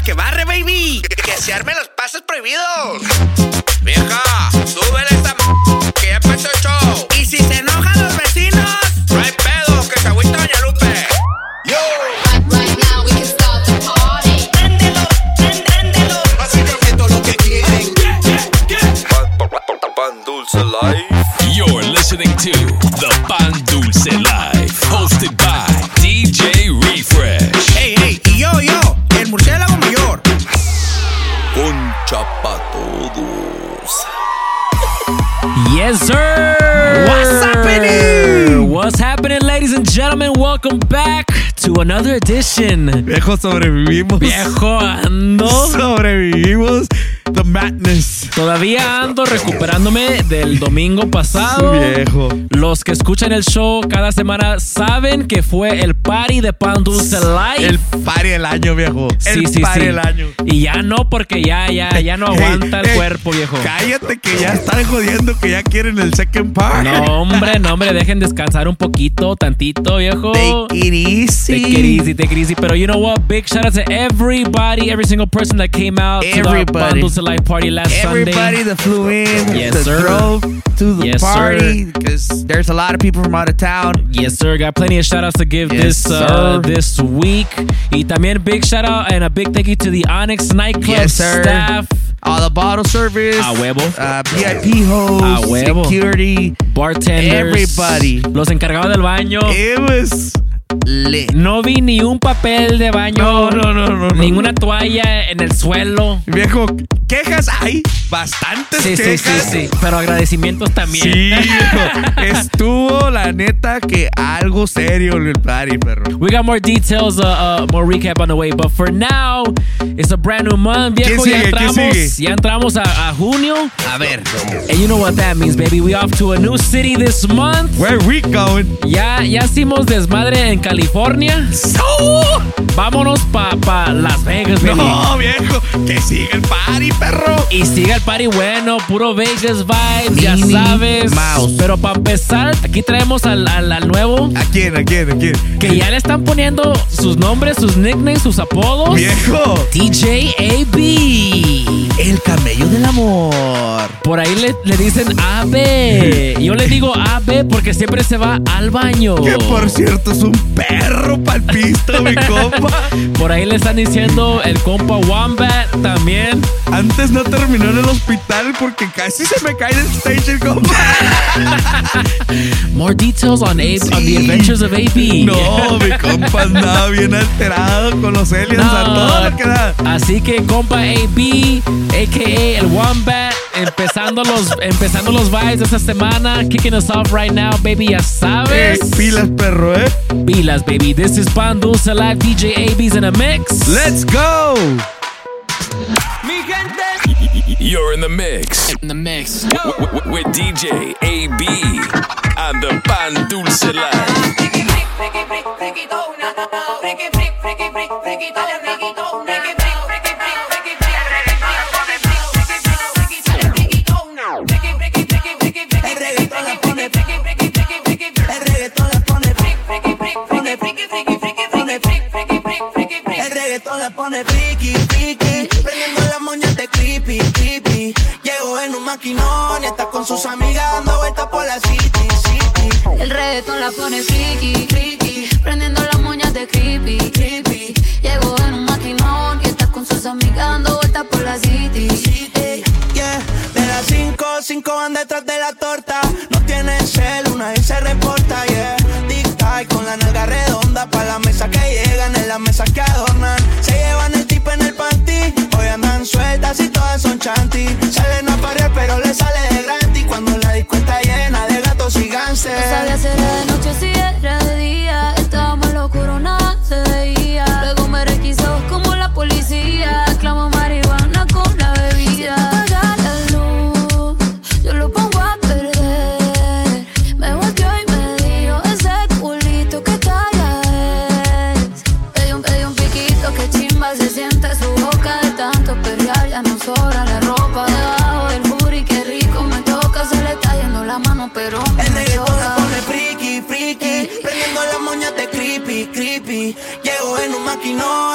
que barre, baby. Que se armen los pasos prohibidos. Vieja, súbele esta que ya empezó el show. Y si se enojan los vecinos, no hay pedo, que se agüita Doña Lupe. Yo. Right now we can start the party. Préndelo. Básicamente todo lo que quieren. Pan Dulce Life. You're listening to the Pan Dulce Life, hosted by DJ Refresh. Hey, y yo, el murciélago mayor. Concha pa' todos. Yes, sir. What's happening? What's happening, ladies and gentlemen? Welcome back to another edition. Viejo, sobrevivimos. Viejo, ando. Sobrevivimos the madness. Todavía ando recuperándome del domingo pasado. Viejo. Los que escuchan el show cada semana saben que fue el party de Pan Dulce Life. El party del año, viejo. Sí. Del año. Y ya no, porque ya no aguanta el cuerpo, viejo. Cállate que ya están jodiendo que ya quieren el second part. No, hombre, dejen descansar un poquito, tantito, viejo. Take it easy. Take it easy. Pero you know what? Big shout out to everybody, every single person that came out to the Pan Dulce Life party last Sunday. Everybody that flew in, Yes, that sir. drove to the Yes, party, because there's a lot of people from out of town. Yes, sir. Got plenty of shout outs to give Yes, sir. this week. Y también big shout out and a big thank you to the Onyx Nightclub Yes, sir. staff. All the bottle service. A huevo. VIP hosts. A huevo. Security. Bartenders. Everybody. Los encargados del baño. It was lit. No vi ni un papel de baño. No. Ninguna toalla en el suelo. Viejo, quejas hay. Bastantes quejas. Sí. Pero agradecimientos también. Sí, viejo. Estuvo, la neta, que algo serio el party, perro. We got more details, more recap on the way. But for now, it's a brand new month, viejo. ¿Quién sigue? Ya entramos a junio. A ver. And you know what that means, baby. We off to a new city this month. Where we going? Ya hicimos desmadre en California. Vámonos pa Las Vegas, baby. No, viejo. Que siga el party, perro. Y sigue el party bueno, puro Vegas vibes, ya Minnie sabes. Mouse. Pero para empezar, aquí traemos al nuevo. ¿A quién? Que ya le están poniendo sus nombres, sus nicknames, sus apodos. Viejo. DJ AB. El camello del amor. Por ahí le dicen AB. Yo le digo AB porque siempre se va al baño. Que por cierto es un perro palpisto, mi compa. Por ahí le están diciendo el compa Wombat también. Antes no terminó en el hospital porque casi se me cae del stage el compa. More details on the adventures of AB. No, mi compa andaba bien alterado con los aliens a todo lo que da. Así que compa AB, a.k.a. el Wombat, empezando los vibes de esta semana, kicking us off right now, baby, ya sabes. Pilas, perro, Pilas, baby. This is Pan Dulce Live, DJ AB's in a mix. Let's go. Mi gente. You're in the mix. With DJ AB and the Pan Dulce Life. El reggaetón la pone friki, prendiendo las moñas de creepy. Llegó en un maquinón y está con sus amigas dando vueltas por la city. El reggaetón la pone friki, prendiendo las moñas de creepy. Llegó en un maquinón y está con sus amigas dando vueltas por la city. Yeah, de las 5 van detrás de la torta. No tiene cel, una y se reporta, yeah. Tic-tac con la nalga redonda pa' la mesa que llegan, en la mesa que adornan. Se llevan el tipo en el panty, hoy andan sueltas y todas son chanty. Salen a parir pero le sale de gratis cuando la disco está llena de gatos y gánster. No sabía si era de noche o si era de día. Estábamos locuro, nada se veía. Luego me requisó como la policía. Clamo marihuana con la bebida. Apaga la luz, yo lo pongo a perder. Me volteó y me dijo ese culito que talla es. Pedí un piquito que chimba se siente su boca de tanto perrear. Ya no sobra la ropa debajo del booty. Qué rico me toca, se le está yendo la mano pero El me reggaetón la toca. pone friki, prendiendo las moñas de creepy. Llegó en un maquinón y está con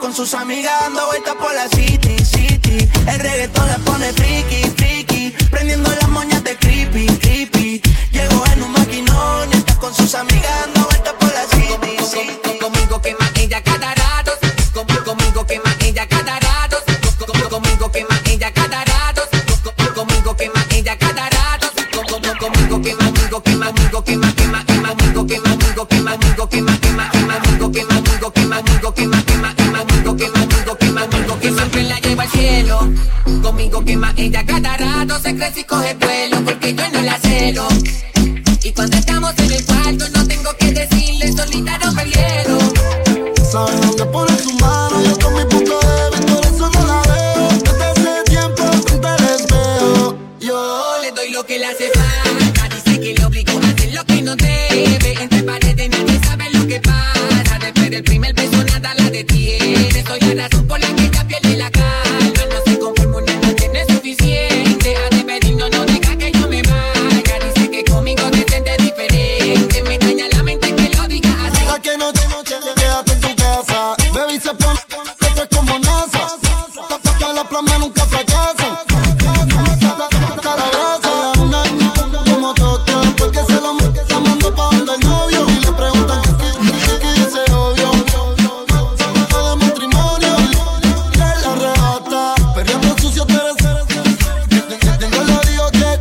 con sus amigas dando vueltas por la city, city. El reggaetón la pone friki, friki, prendiendo las moñas de creepy, creepy. Llegó en un maquinón y está con sus amigas dando vueltas por la city, city. Conmigo quema ella cada rato, conmigo quema ella cada rato, conmigo quema ella cada rato, conmigo quema ella cada rato, conmigo quema, conmigo quema, conmigo quema, quema, quema, conmigo quema, conmigo quema, conmigo quema, quema, quema, conmigo quema, conmigo quema, conmigo quema, quema, quema, conmigo quema, conmigo quema, conmigo quema, siempre la llevo al cielo. Conmigo quema ella cada rato, se crece y coge vuelo porque yo no la celo. Y cuando estamos en el cuarto no tengo que decirle, solita rompe el hielo. Sabes dónde pone su mano, yo con mi punto débil, por eso no la veo. Desde hace tiempo frente al espejo, yo le doy lo que le hace falta. Dice que le obligo a hacer lo que no debe. Entre paredes nadie sabe lo que pasa. Después del primer beso nada la detiene. Soy la razón por la que ella pierde la calma. No se conforma, una noche no es suficiente. A de pedir no deja que yo me vaya. Dice que conmigo te sientes diferente. Me daña la mente que lo diga así. a que noche, quédate en tu casa. Baby se pone, esto es como NASA. Que la plama nunca fracasa. Cada grasa, una como Tokio. Porque se lo está mandando pa' donde el novio. Y le preguntan qué dice obvio. Todo de matrimonio. Que la arrebata. Perreando sucio, tú eres. Tengo el odio que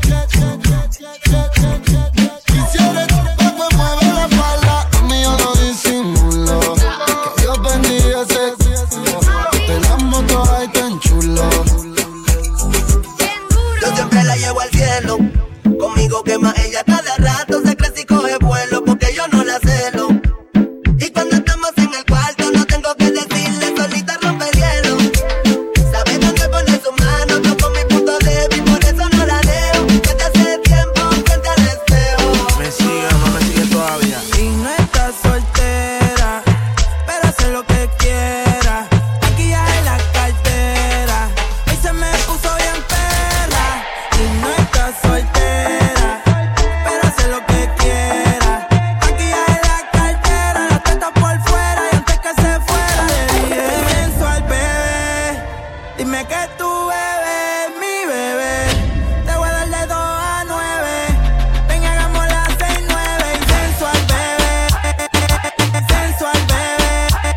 quisiera. Pues mueve la espalda. Conmigo no disimulo. Que Dios bendiga ese. De las motos ahí tan chulo. Yo siempre la llevo al cielo. Conmigo quema ella cada rato, se crece y coge vuelo porque yo no la celo. Y cuando estamos en el cuarto no tengo que decirle, solita rompe el hielo. Sabe dónde pone su mano, yo con mi punto débil, por eso no la dejo. Desde hace tiempo frente al espejo. ¿Me sigue o no me sigue todavía? Y no está soltera, pero hace lo que quiera. Aquí ya es la cartera, hoy se me puso bien perra. Y no está soltera, pero hace lo que quiera. Aquí ya es la cartera, la teta por fuera. Y antes que se fuera le dije sensual, bebé, dime que tu bebé es mi bebé. Te voy a dar de 2 a 9. Ven, hagamos las 6, 9. Y sensual, bebé, sensual, bebé,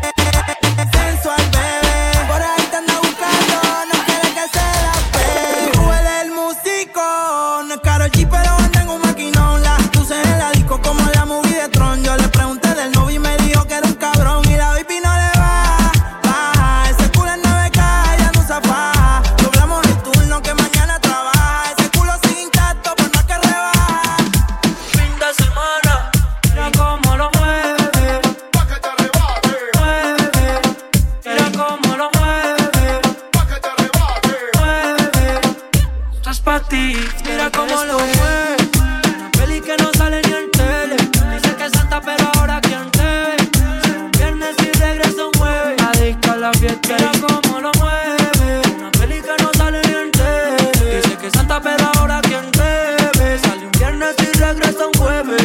sensual, bebé. Por ahí te anda buscando, no quiere que se la pegue. Tú eres el músico, no es Karol G, pero anda en un maquinón. La luces en la disco como la movie de Tron. Yo le pregunté del novio y me dijo que era un cabrón. Y la baby no le baja, ese culo en 9K, ya no usa faja. Doblamos el turno que mañana trabaja. Ese culo sigue intacto por más que rebaja. Fin de semana, mira cómo lo mueve, Pa' que te arrebate. mueve, mira cómo lo mueve, Pa' que te arrebate. mueve. Esto es pa' ti, mira cómo lo mueve. Una peli que no sale ni en tele. Dice que es santa pero ahora quien te ve. Si un viernes y regresa un jueves, adicta a la fiesta, mira cómo lo mueve. Una peli que no sale ni en tele. Dice que es santa pero ahora quien te ve. Sale un viernes y regresa un jueves.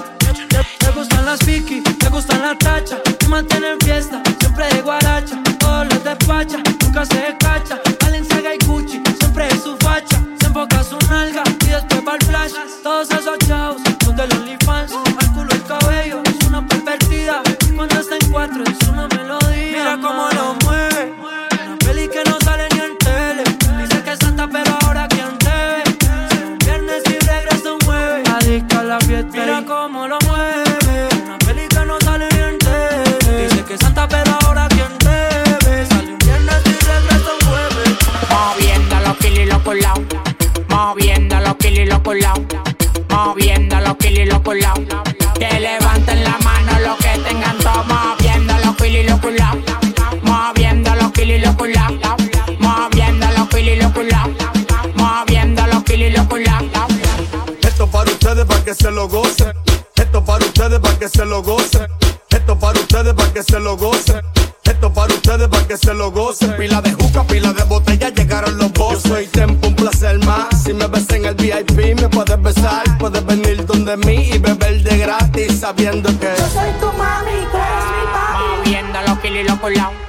Te gustan las piqui, te gustan las tachas. Te mantienen en fiesta, siempre de guaracha. Todos los despacha, nunca se descacha. Balenciaga y Gucci, siempre es su facha. Se enfoca su nalga y después va el flash. Todos esos chavos son del OnlyFans. Al culo el cabello es una pervertida. Cuando está en 4 es una melodía. Mira cómo lo mueve. Una peli que no sale ni en tele. Dice que es santa pero ahora quien te ve. Si un viernes y regresa un jueves, adicta a la fiesta. Mira cómo lo mueve. Una peli que no sale ni en tele. Dice que es santa pero ahora quien te ve. Sale un viernes y regresa un jueves. Moviendo los kilos y los culados, moviendo los kilos y los culados, moviendo los kilos y los culados. Que levanten la mano los que tengan todo, moviendo los kilos y los culados, moviendo los kilos y los culados, moviendo los kilos y los culados, moviendo los kilos y los culados. Esto para ustedes para que se lo gocen. Esto para ustedes para que se lo gocen. Esto para ustedes para que se lo gocen. Esto para ustedes para que se lo gocen. Pila de juca, pila de botella, llegaron los bosses. Yo soy Tempo, un placer más. Si me ves en el VIP me puedes besar. Puedes venir donde mí y beber de gratis sabiendo que Yo soy tu mami, tú eres mi papi. Moviendo los kilos y los culados,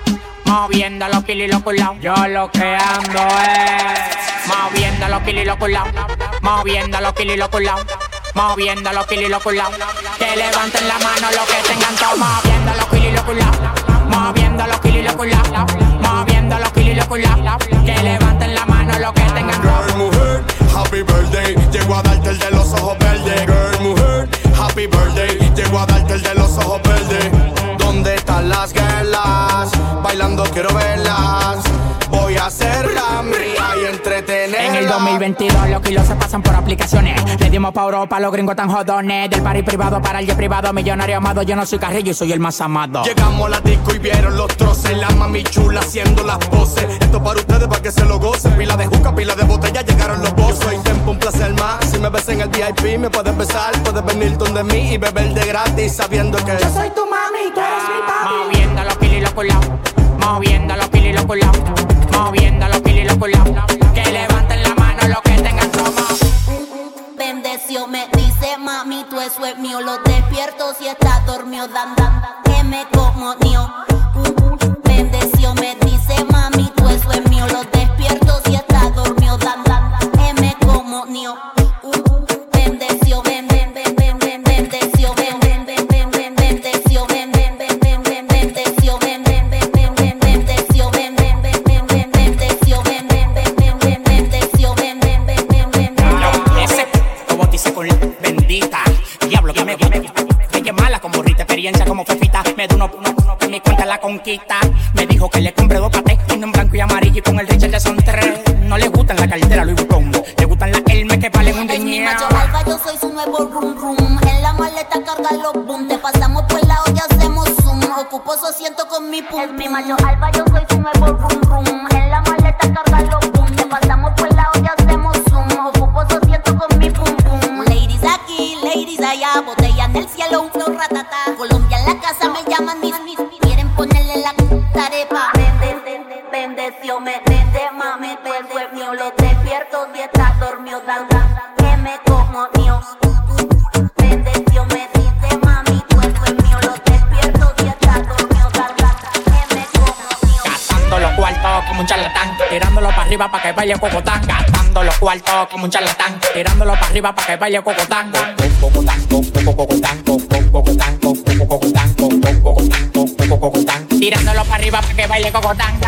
moviendo los kilos y los culados. Yo lo que ando es moviendo los kilos y los culados, moviendo los kilos y los culados, moviendo los kilos y los culados. Que levanten la mano los que tengan todo, moviendo los kilos y los culados, moviendo los kilos y los culados, moviendo los kilos y los culados. Que levanten la mano los que tengan todo. Girl, mujer, happy birthday. Llego a darte el de los ojos verdes. Girl, mujer, happy birthday. Llego a darte el de los ojos verdes. ¿Dónde están las girlas? Bailando quiero verlas. Voy a hacerla mía y entretenerla. En el 2022 los kilos se pasan por aplicaciones. Le dimos pa' Europa, los gringos tan jodones. Del party privado para el jet privado, millonario amado. Yo no soy Carrillo y soy el más amado. Llegamos a la disco y vieron los troces. La mami chula haciendo las poses. Esto para ustedes, para que se lo gocen. Pila de juca, pila de botella, llegaron los bozos. Soy tiempo, un placer más. Si me ves en el VIP, me puedes besar. Puedes venir donde mí y beber de gratis, sabiendo que yo soy tu mami, tú eres mi papi. Moviendo los kilos y los culados, moviendo los kilos y los culados, moviendo los kilos y los culados. Que levanten la mano los que tengan toma. Bendeció, me dice mami, tú eso es mío. Lo despierto si está dormido, dan, que me como mío. Bendeció, me dice mami, tú eso es mío. Lo despierto si está dormido, dan, que me como mío. Bendeció, bendeció, bendeció, bendita. Diablo, que me mala como Rita, experiencia como Fefita. Me da uno que mi cuenta la conquista. Me dijo que le compré 2 patés, uno en blanco y amarillo y con el Richard ya son 3. No le gustan la cartera Louis Vuitton, le gustan las Hermes que valen un riñón. Es mi macho alfa, yo soy su nuevo rum rum. En la maleta carga los boom. Te pasamos por la olla, hacemos zoom. Ocupo su asiento con mi pum. Es mi macho alfa, yo soy su nuevo rum rum. En la maleta carga los boom. Te pasamos por la olla, hacemos zoom. Ocupo su asiento con mi pum pum. Ladies aquí, ladies allá, botella en el cielo, un flow ratata. Colombia en la casa me llaman mis. Quieren ponerle la tarepa. Bendeció, me vende mami, tú eso es mío. Lo despierto si estás dormido, dan, que me como mío. Bendeció, me dice mami, tú eso es mío. Lo despierto si estás dormido, dan, que me como mío. Gastando los cuartos como un charlatán, tirándolo para arriba para que baile Cocotán. Gastando los cuartos como un charlatán, tirándolo para arriba para que baile Cocotán. Tirándolo para arriba para que baile Cocotán.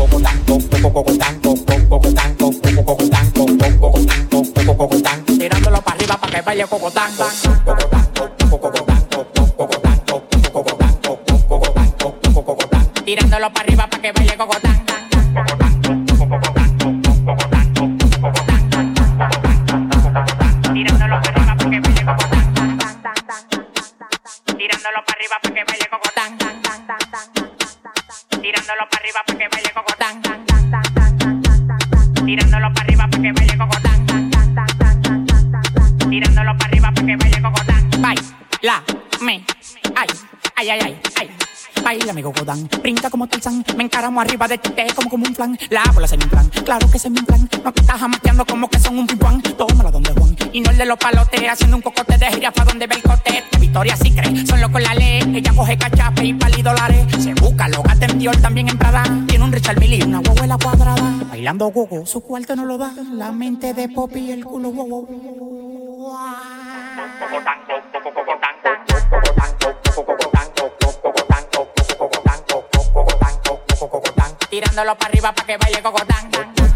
Tirándolo para arriba para que baile Cocotán. Tirándolo para arriba para que baile Cocotán. Tirándolo para arriba para que baile Cocotán. Tirándolo para arriba para que baile Cocotán. Tirándolo para arriba para que baile Cocotán. Tirándolo para arriba para que baile Cocotán. Tirándolo para arriba para que baile Cocotán. Baila, ay. Baila mi Cocotán, brinca como Tarzán. Me encaramo arriba de ti como un flan. La bola se me inflan, claro que se me inflan. No te estás jamateando como que son un pimpán. Tómala donde Juan, y no el de los palotes. Haciendo un cocote de jirafa donde ve el cote. Victoria sí cree, son locos la ley. Ella coge cachape y pali dólares. Se busca, lo gasta en Dior, también en Prada. Tiene un Richard Mille y una guaguela cuadrada. Bailando gogo, su cuarto no lo da. La mente de Poppy y el culo wow. Tirándolo para arriba para que baile Cocotán.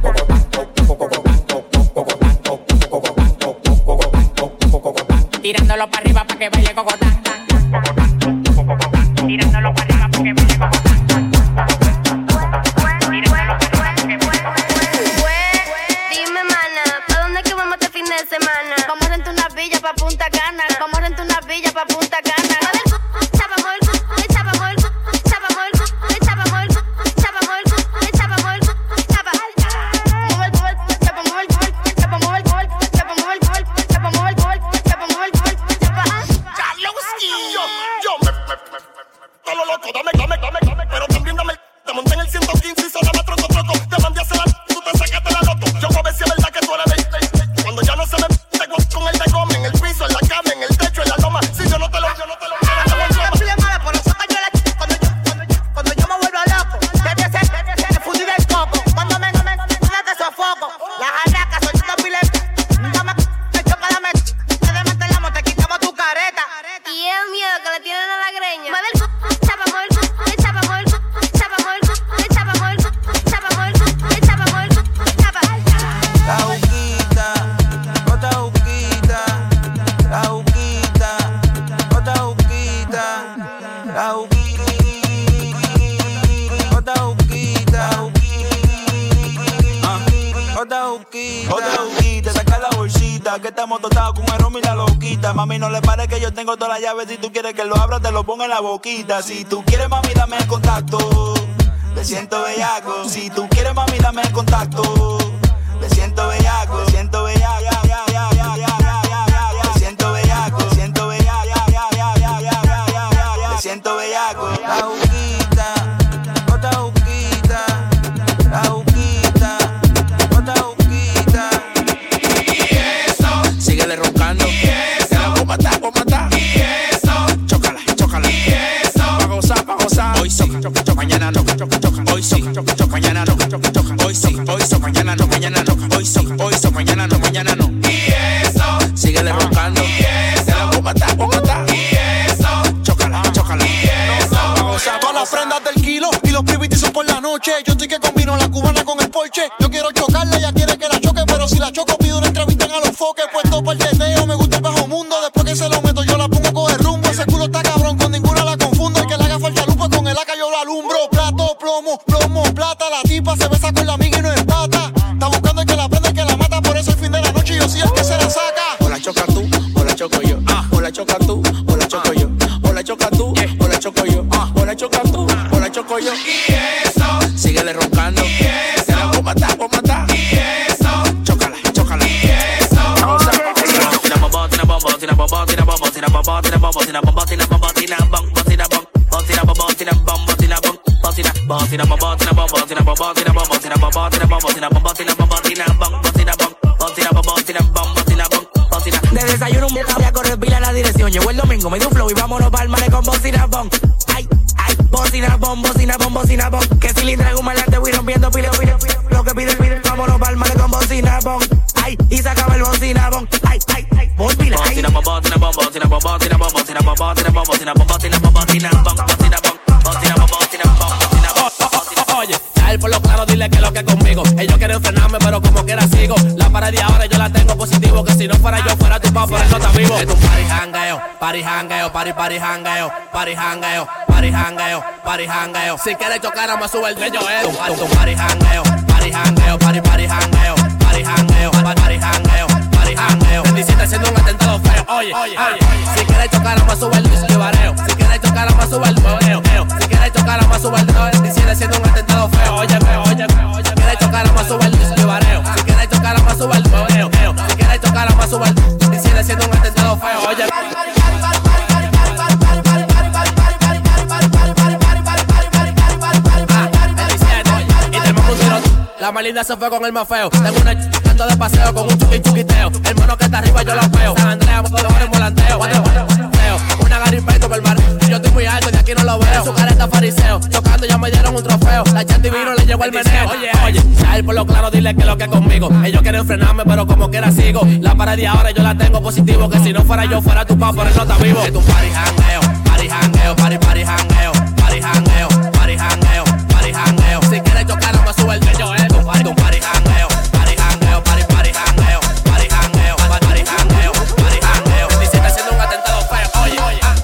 Tirándolo para arriba para que baile Cocotán. Tirándolo para arriba para que baile Cocotán. Tirándolo para arriba para que baile Cocotán. Dime, mana, ¿pa' dónde que vamos este fin de semana? Vamos a rentar una villa pa' Punta Cana. Vamos a rentar una villa pa' Punta Cana. Yo me lo loco, dame, Otra juguita, saca la bolsita, que estamos dotados con el ron y la loquita. Mami, no le pare que yo tengo todas las llaves. Si tú quieres que lo abra, te lo ponga en la boquita. Si tú quieres, mami, dame el contacto. Me siento bellaco. Si tú quieres, mami, dame el contacto. Me siento bellaco. Me siento bellaco. Me siento bellaco. Me siento bellaco. Me siento bellaco. La juguita, otra juguita. La juguita, otra juguita. Y eso. Síguele roncando. Y eso. Voy a matar. Y eso. Chócala. Y eso. Pa' gozar. Hoy sí, mañana no. Hoy sí, mañana no. Hoy sí, mañana no. Hoy sí, mañana no. Y eso. Síguele roncando. Y eso. Voy a matar. Y eso. Chócala. Y eso. Todas las prendas del kilo y los privitis son por la noche. Yo estoy que combino la cubana con el Porsche. Yo quiero chocarla, ella quiere que la choque, pero si la choco pido una entrevista en a los foques. Puesto por el teteo, me gusta el bajo mundo. Después que se lo meto yo la pongo a coger rumbo. Ese culo está cabrón, con ninguna la confundo. El que le haga falta luz, pues con el AK yo lo alumbro. Plato, plomo, plata. La tipa se besa con la amiga y no es pata. Está buscando el que la prende, el que la mata. Por eso el fin de la noche yo soy el que se la saca. O la choca tú, o la choco yo. O la choca tú, o la choco yo. O la choca tú, o la choco yo. O la choca tú, o la choco yo. Y eso. Síguele roncando. Y eso. Voy a matar. Y eso. Chócala. Y eso. De desayuno un boca correr pila la dirección. Llegó el domingo, me dio un flow y vámonos pa'l mare con bocina bon. Ay, bocina bon. Que si le traigo un malante voy rompiendo pila. Lo que pide el video, vámonos pa'l mare con bocina bon. Ay, y se acaba el bocina bon. Ay, voy pila. Bocina bon. Oye, a él por lo claro dile que lo que conmigo. Ellos quieren frenarme, pero como quiera sigo. La pared de ahora yo la tengo positivo. Que si no fuera yo, fuera tu papá, por eso está vivo. Es un party hangueo. Si quieres chocar, vamos a subir el dueño. Es un party hangueo. 27 haciendo un atentado feo. Oye. Si quieres chocar, vamos a subir el llevareo. Si quieres chocar, vamos a subir el hueveo. Si quieres chocar, vamos a subir el 27 haciendo un atentado feo. Oye. Si quieres chocar, vamos a subir el llevareo. Si quieres chocar, vamos a subir el hueveo. Si quieres chocar, vamos a subir el 27 haciendo un atentado feo. Oye. La más linda se fue con el más feo. Tengo una ando de paseo con un chuquiteo. El mono que está arriba yo lo veo. San Andrea, mejor en volanteo. Una garipeta por el bar. Yo estoy muy alto, de aquí no lo veo. Su careta fariseo. Chocando ya me dieron un trofeo. La chante vino, le llegó el meneo. Oye, a él por lo claro dile que lo que conmigo. Ellos quieren frenarme, pero como quiera sigo. La pared de ahora yo la tengo positivo. Que si no fuera yo, fuera tu papá, por eso está vivo. Es un party hangueo. Si quieres chocar, vamos a subir el dueño. Un party hangueo. 27 haciendo un atentado feo. Oye.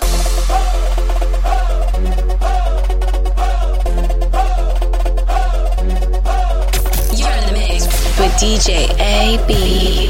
You're in the mix with DJ AB.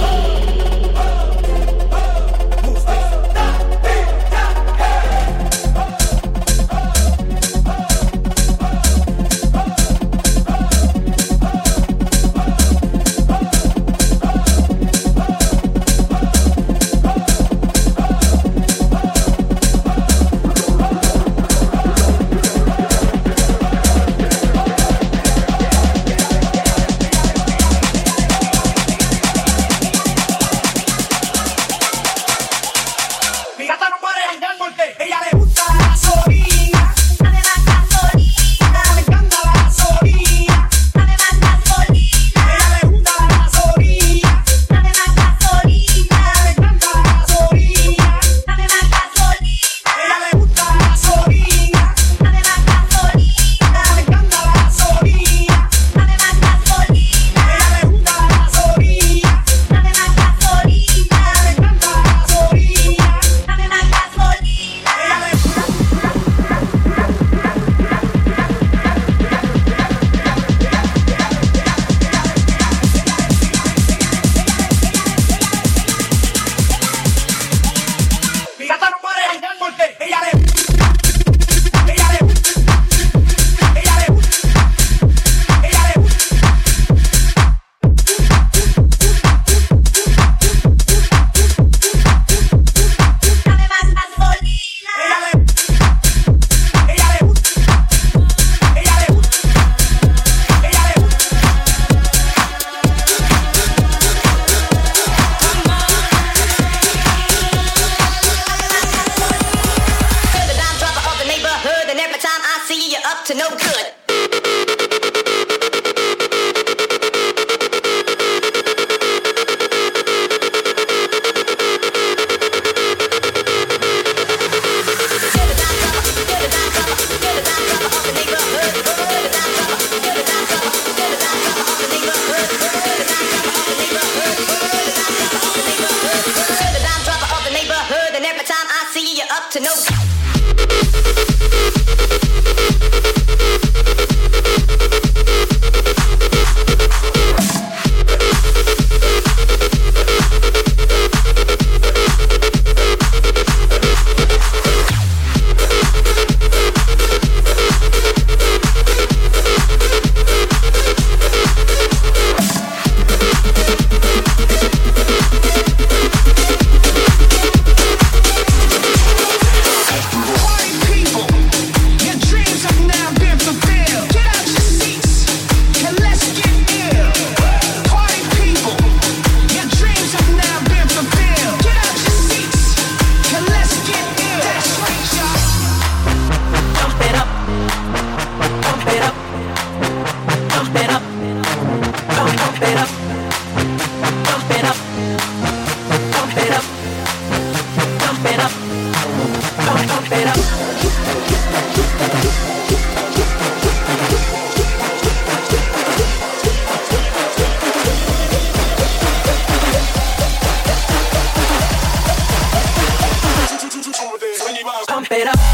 pump it up, pump it up, pump it up, pump it up, pump it up, pump it up. Pump it up.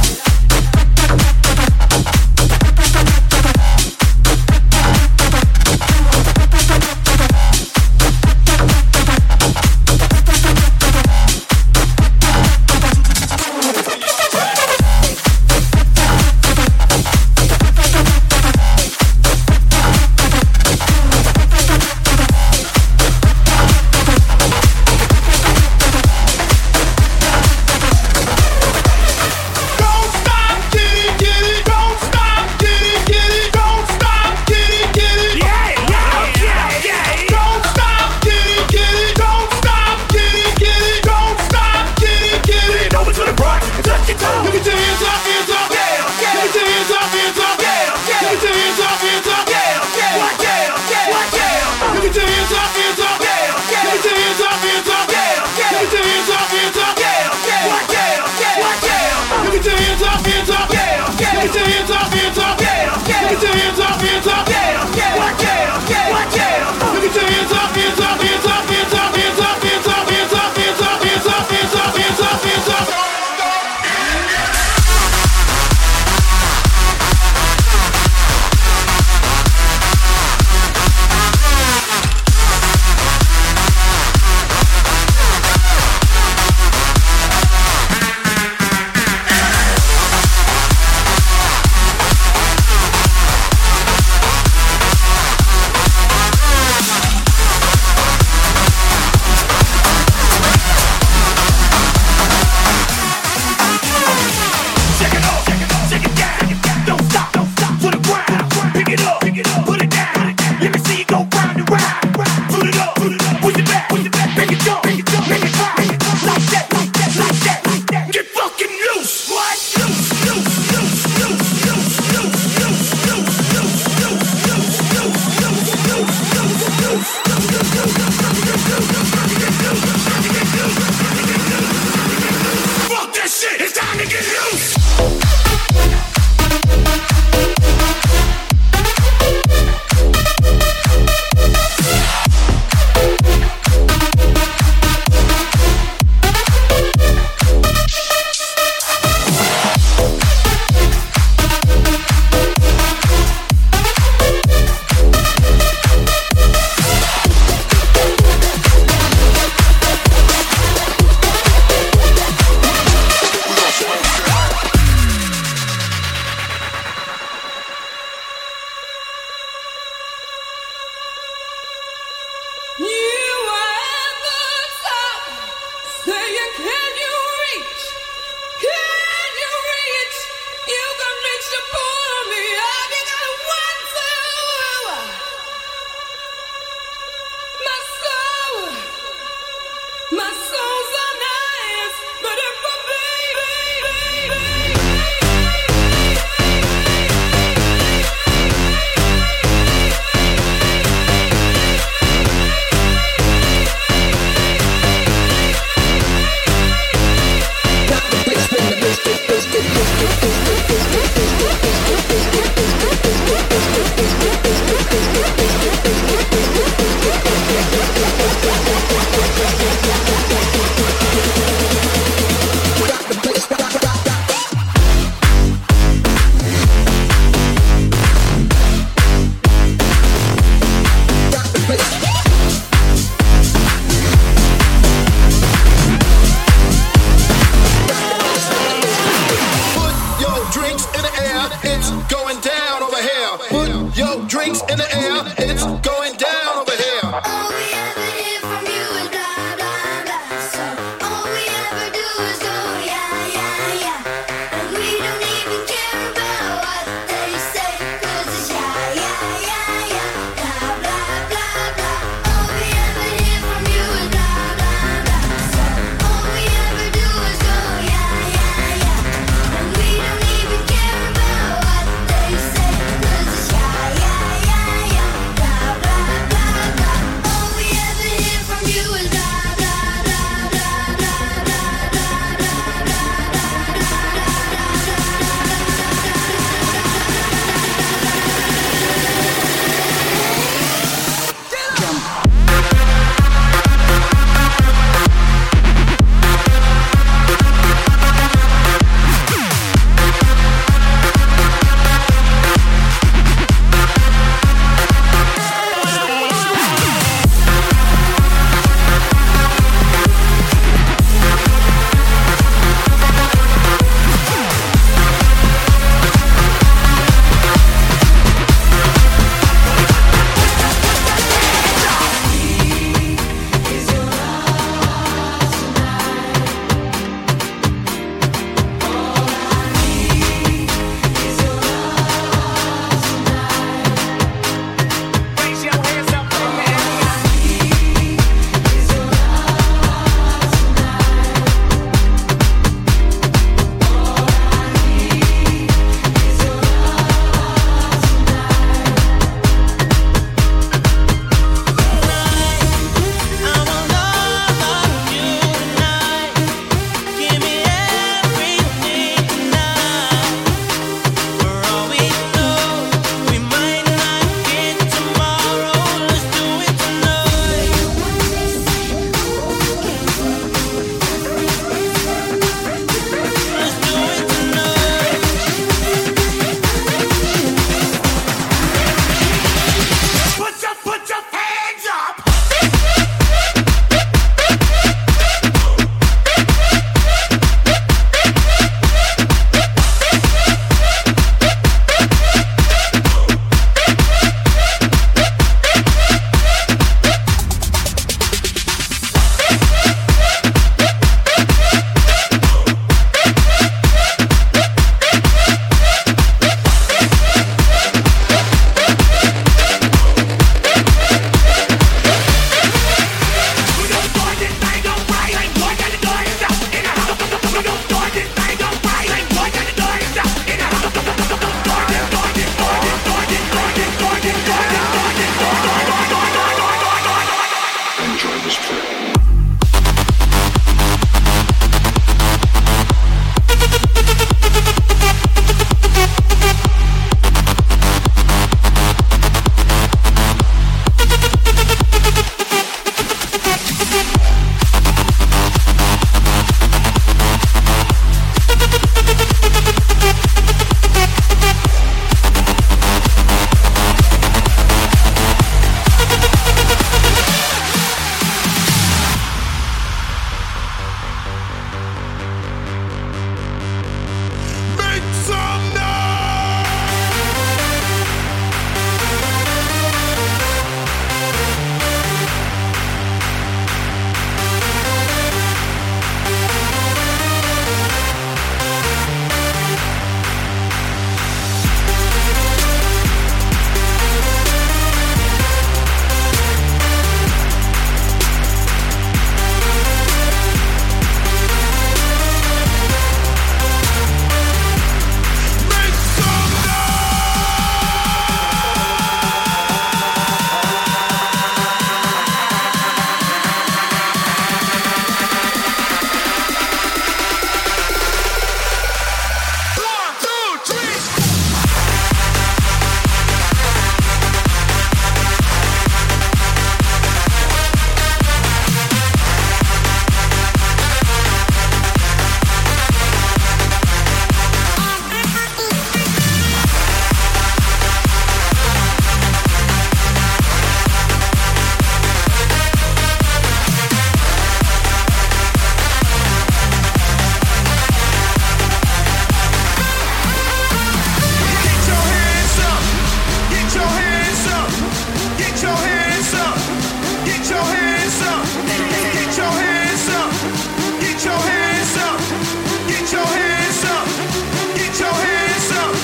your hands up. Get your hands up. Get your hands up. Get your hands up. Get your hands up. Get your hands up.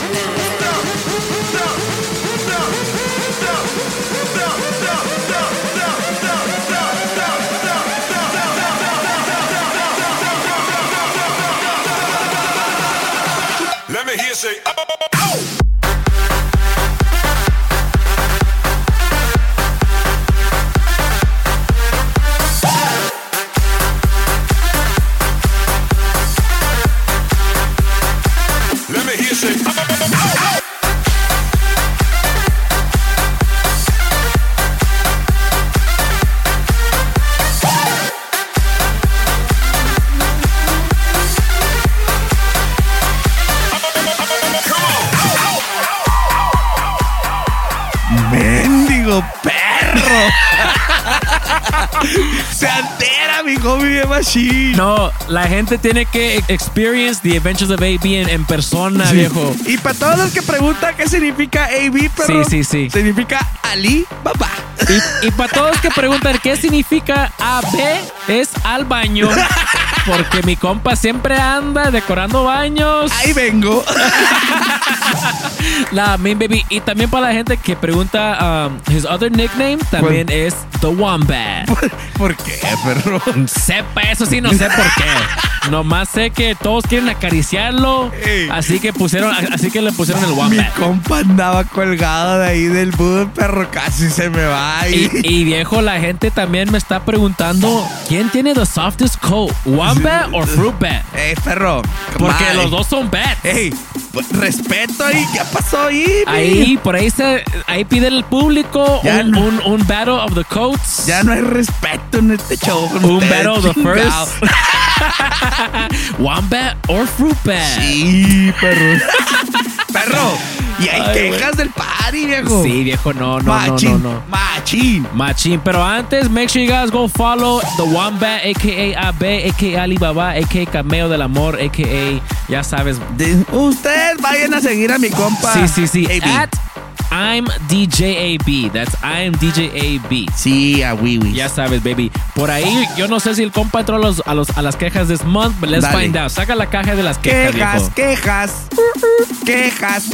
Let me hear you say, oh. Let me hear you say, oh. ¡Mendigo perro! Se altera mi homie Machine. No, la gente tiene que experience the Adventures of AB en persona, viejo. Y para todos los que preguntan qué significa AB, perro. Sí. Significa Ali Baba. Y para todos que preguntan qué significa AB, es al baño. Porque mi compa siempre anda decorando baños. Ahí vengo. La main baby. Y también para la gente que pregunta, his other nickname también es The Wombat. ¿Por qué, perro? Sepa, eso sí, no sé por qué. Nomás sé que todos quieren acariciarlo. Así que le pusieron el Wombat. Mi compa andaba colgado de ahí del bus, perro. Casi se me va. Y viejo, la gente también me está preguntando, ¿quién tiene the softest coat? ¿Wombat o Fruit Bat? Perro. Porque los dos son bats. Respeto ahí. ¿Qué pasó ahí? Ahí, por ahí pide el público un Battle of the Coats. Ya no hay respeto en este show. Un Battle of the First. Wombat or Fruit Bat. Sí, perro. Perro. Y hay quejas del party, viejo. Sí, viejo, no. Machín. Pero antes, make sure you guys go follow The Wombat, a.k.a. AB, a.k.a. Alibaba, a.k.a. Cameo del Amor, a.k.a. ya sabes. Ustedes vayan a seguir a mi compa. Sí. At I'm DJ AB. That's I'm DJ AB. Sí, a Wiwi. Ya sabes, baby. Por ahí, yo no sé si el compa entró a las quejas this month, but let's find out. Saca la caja de las quejas, Quejas.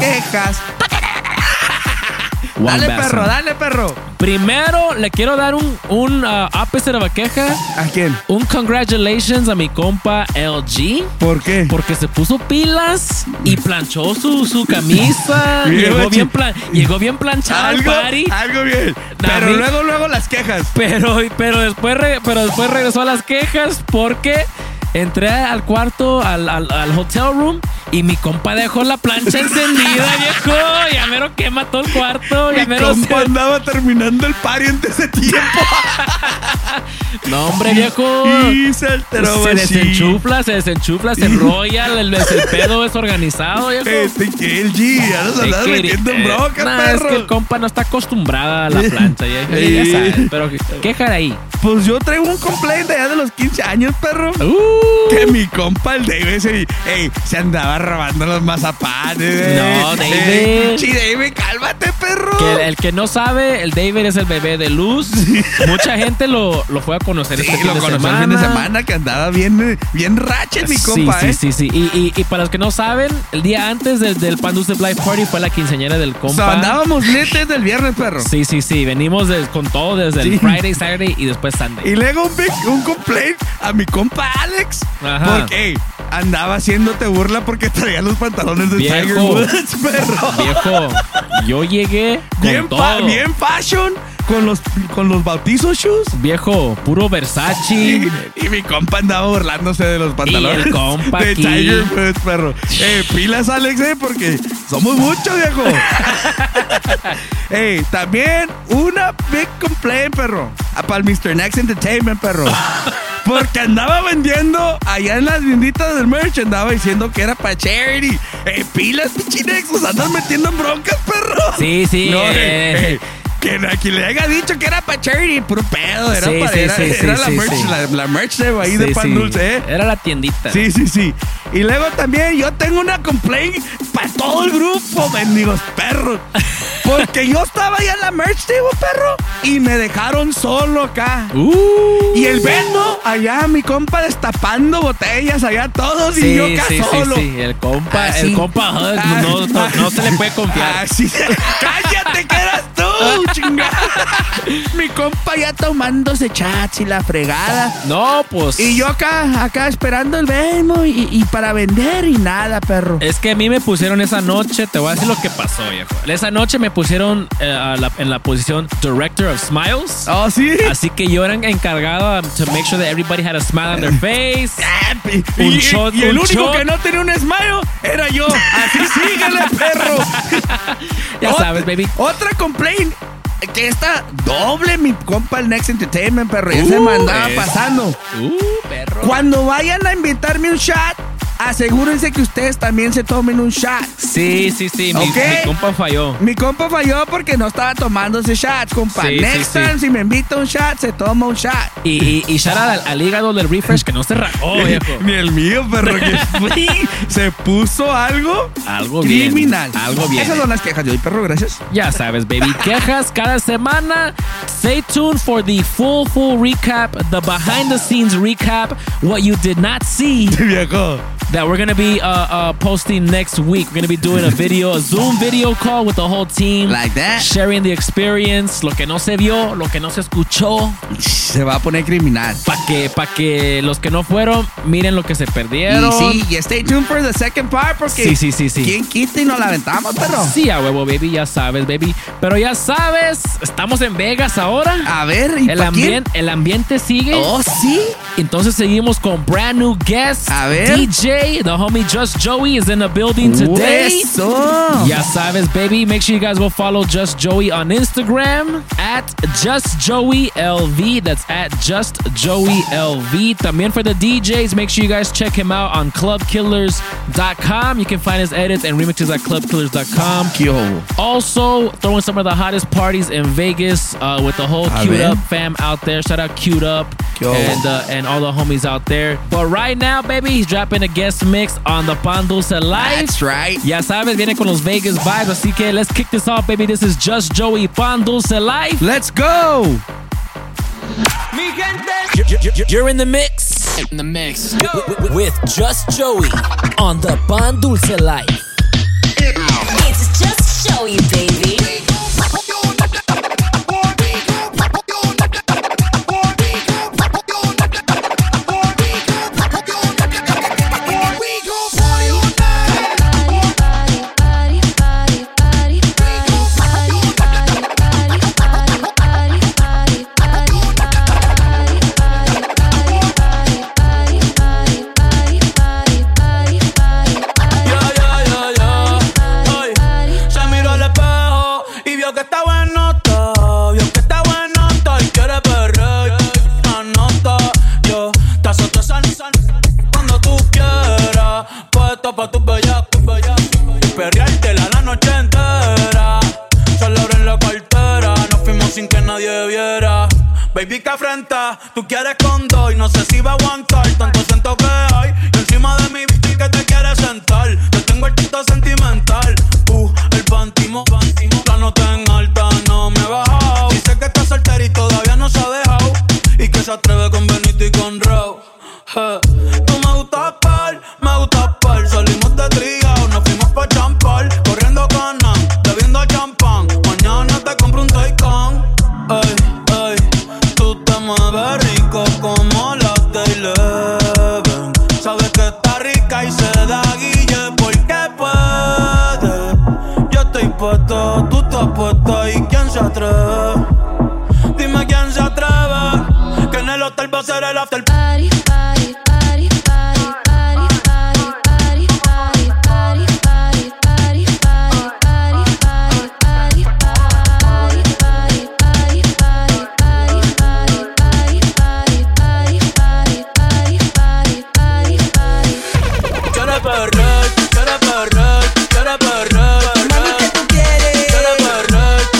Wombat. Dale, perro. Primero, le quiero dar un opposite of a queja. ¿A quién? Un congratulations a mi compa LG. ¿Por qué? Porque se puso pilas y planchó su camisa. Llegó bien planchado al party. Algo bien. Pero luego las quejas. Pero después regresó a las quejas porque entré al cuarto, al hotel room, y mi compa dejó la plancha encendida, viejo. Ya mero quema todo el cuarto. Mi compa andaba terminando el party en ese tiempo. No, hombre, viejo. Y se alteró. Se desenchufla, se enrolla. El pedo es organizado, viejo. LG, ya nos andaba metiendo en bronca, perro. Es que el compa no está acostumbrada a la plancha. Ya sabes. Pero queja de ahí. Pues yo traigo un complaint de allá de los 15 años, perro. Que mi compa, el David, se andaba robando los mazapanes. No, David. David, cálmate, perro. El que no sabe, el David es el bebé de Luz. Mucha gente lo fue a conocer este fin de semana. Lo conoció el fin de semana, que andaba bien ratchet, mi compa, Sí. Y para los que no saben, el día antes del Pan Dulce Life Party fue la quinceañera del compa. O sea, andábamos lit desde el viernes, perro. Sí. Venimos con todo desde el Friday, Saturday y después Sunday. Y luego un complaint a mi compa Alex. Ajá. Porque andaba haciéndote burla porque traía los pantalones de Tiger Woods, perro. Viejo, yo llegué con todo. Bien fashion. Con los bautizos shoes. Viejo, puro Versace. Y mi compa andaba burlándose de los pantalones. Y el compa de aquí. Tiger Woods, perro. Pilas, Alex, porque somos muchos, viejo. También una big complaint, perro. Para el Mr. Next Entertainment, perro. Porque andaba vendiendo allá en las tienditas del merch, andaba diciendo que era para charity. Pilas, pichinex, andan metiendo en broncas, perro. Sí. No, que le haya dicho que era para charity, puro pedo. Era la merch de ahí de Pan Dulce, Era la tiendita. Sí. Y luego también yo tengo una complaint para todo el grupo, bendigos perros. Porque yo estaba allá en la merch table, perro, y me dejaron solo acá. Y el Bendo, allá, mi compa, destapando botellas, allá todos, y yo acá solo. Sí, el compa, Así. no se le puede confiar. Así, cállate, que eras tú, chingada. Mi compa ya tomándose chats y la fregada. No, pues. Y yo acá esperando el Venmo y para vender y nada, perro. Es que a mí me pusieron esa noche, te voy a decir lo que pasó, viejo. Esa noche me pusieron en la posición Director of Smiles. Oh, sí. Así que yo era encargado to make sure that everybody had a smile on their face. Y el único que no tenía un smile era yo. Así síguele, perro. Ya sabes, baby. Otra complaint. Que está doble mi compa el Next Entertainment, perro. Ya se me andaba pasando. Perro. Cuando vayan a invitarme un shot, asegúrense que ustedes también se tomen un shot. Sí. Mi compa falló. Mi compa falló porque no estaba tomándose shots, compa. Sí, Next time, si me invita un shot, se toma un shot. Y shout out al hígado del Refresh que no se rajó, viejo. Ni el mío, perro, que fui. Se puso algo criminal. Algo bien. Esas son las quejas de hoy, perro, gracias. Ya sabes, baby. Quejas cada semana. Stay tuned for the full recap, the behind the scenes recap, what you did not see. Viejo. That we're gonna be posting next week. We're gonna be doing a Zoom video call with the whole team. Like that. Sharing the experience, lo que no se vio, lo que no se escuchó. Se va a poner criminal. Pa' que los que no fueron miren lo que se perdieron. Y stay tuned for the second part porque sí. ¿quién quita y nos la aventamos, perro? Sí, a huevo, baby, ya sabes, baby. Pero ya sabes, estamos en Vegas ahora. A ver, ¿y el ambiente sigue. Oh, sí. Entonces seguimos con brand new guest. A ver. DJ, the homie Just Joey is in the building today. Eso. Ya sabes, baby. Make sure you guys go follow Just Joey on Instagram at JustJoeyLV. That's at JustJoeyLV. También for the DJs, make sure you guys check him out on clubkillers.com. You can find his edits and remixes at clubkillers.com. Yo. Also, throwing some of the hottest parties in Vegas with the whole Queued Up fam out there. Shout out Queued Up and all the homies out there. But right now, baby, he's dropping a guest mix on the Pan Dulce Live. That's right. Ya sabes, viene con los Vegas vibes. Así que let's kick this off, baby. This is Just Joey Pan Dulce Live. Let's go. Mi gente. You're in the mix. In the mix. With Just Joey on the Pan Dulce Live. It's Just Joey, baby. Pa' tus bellacos, y perreártela la noche entera. Solo abren la cartera, nos fuimos sin que nadie viera. Baby, que afrenta, tú quieres con dos y no sé si va a aguantar. Tanto siento que hay, y encima de mi bici que te quieres sentar. Yo tengo el tito sentimental, el pantimo, la nota en alta, no me he bajado. Dice que está soltera y todavía no se ha dejado, y que se atreve con Benito y con Raúl. Tú me gustas par, salimos de trío, nos fuimos pa' champar, corriendo con bebiendo champán. Mañana te compro un Taycan. Ey, tú te mueves rico como la Eleven. Sabes que está rica y se da guille porque puede. Yo estoy puesto, tú estás puesta y ¿quién se atreve? Dime quién se atreve, que en el hotel va a ser el after party.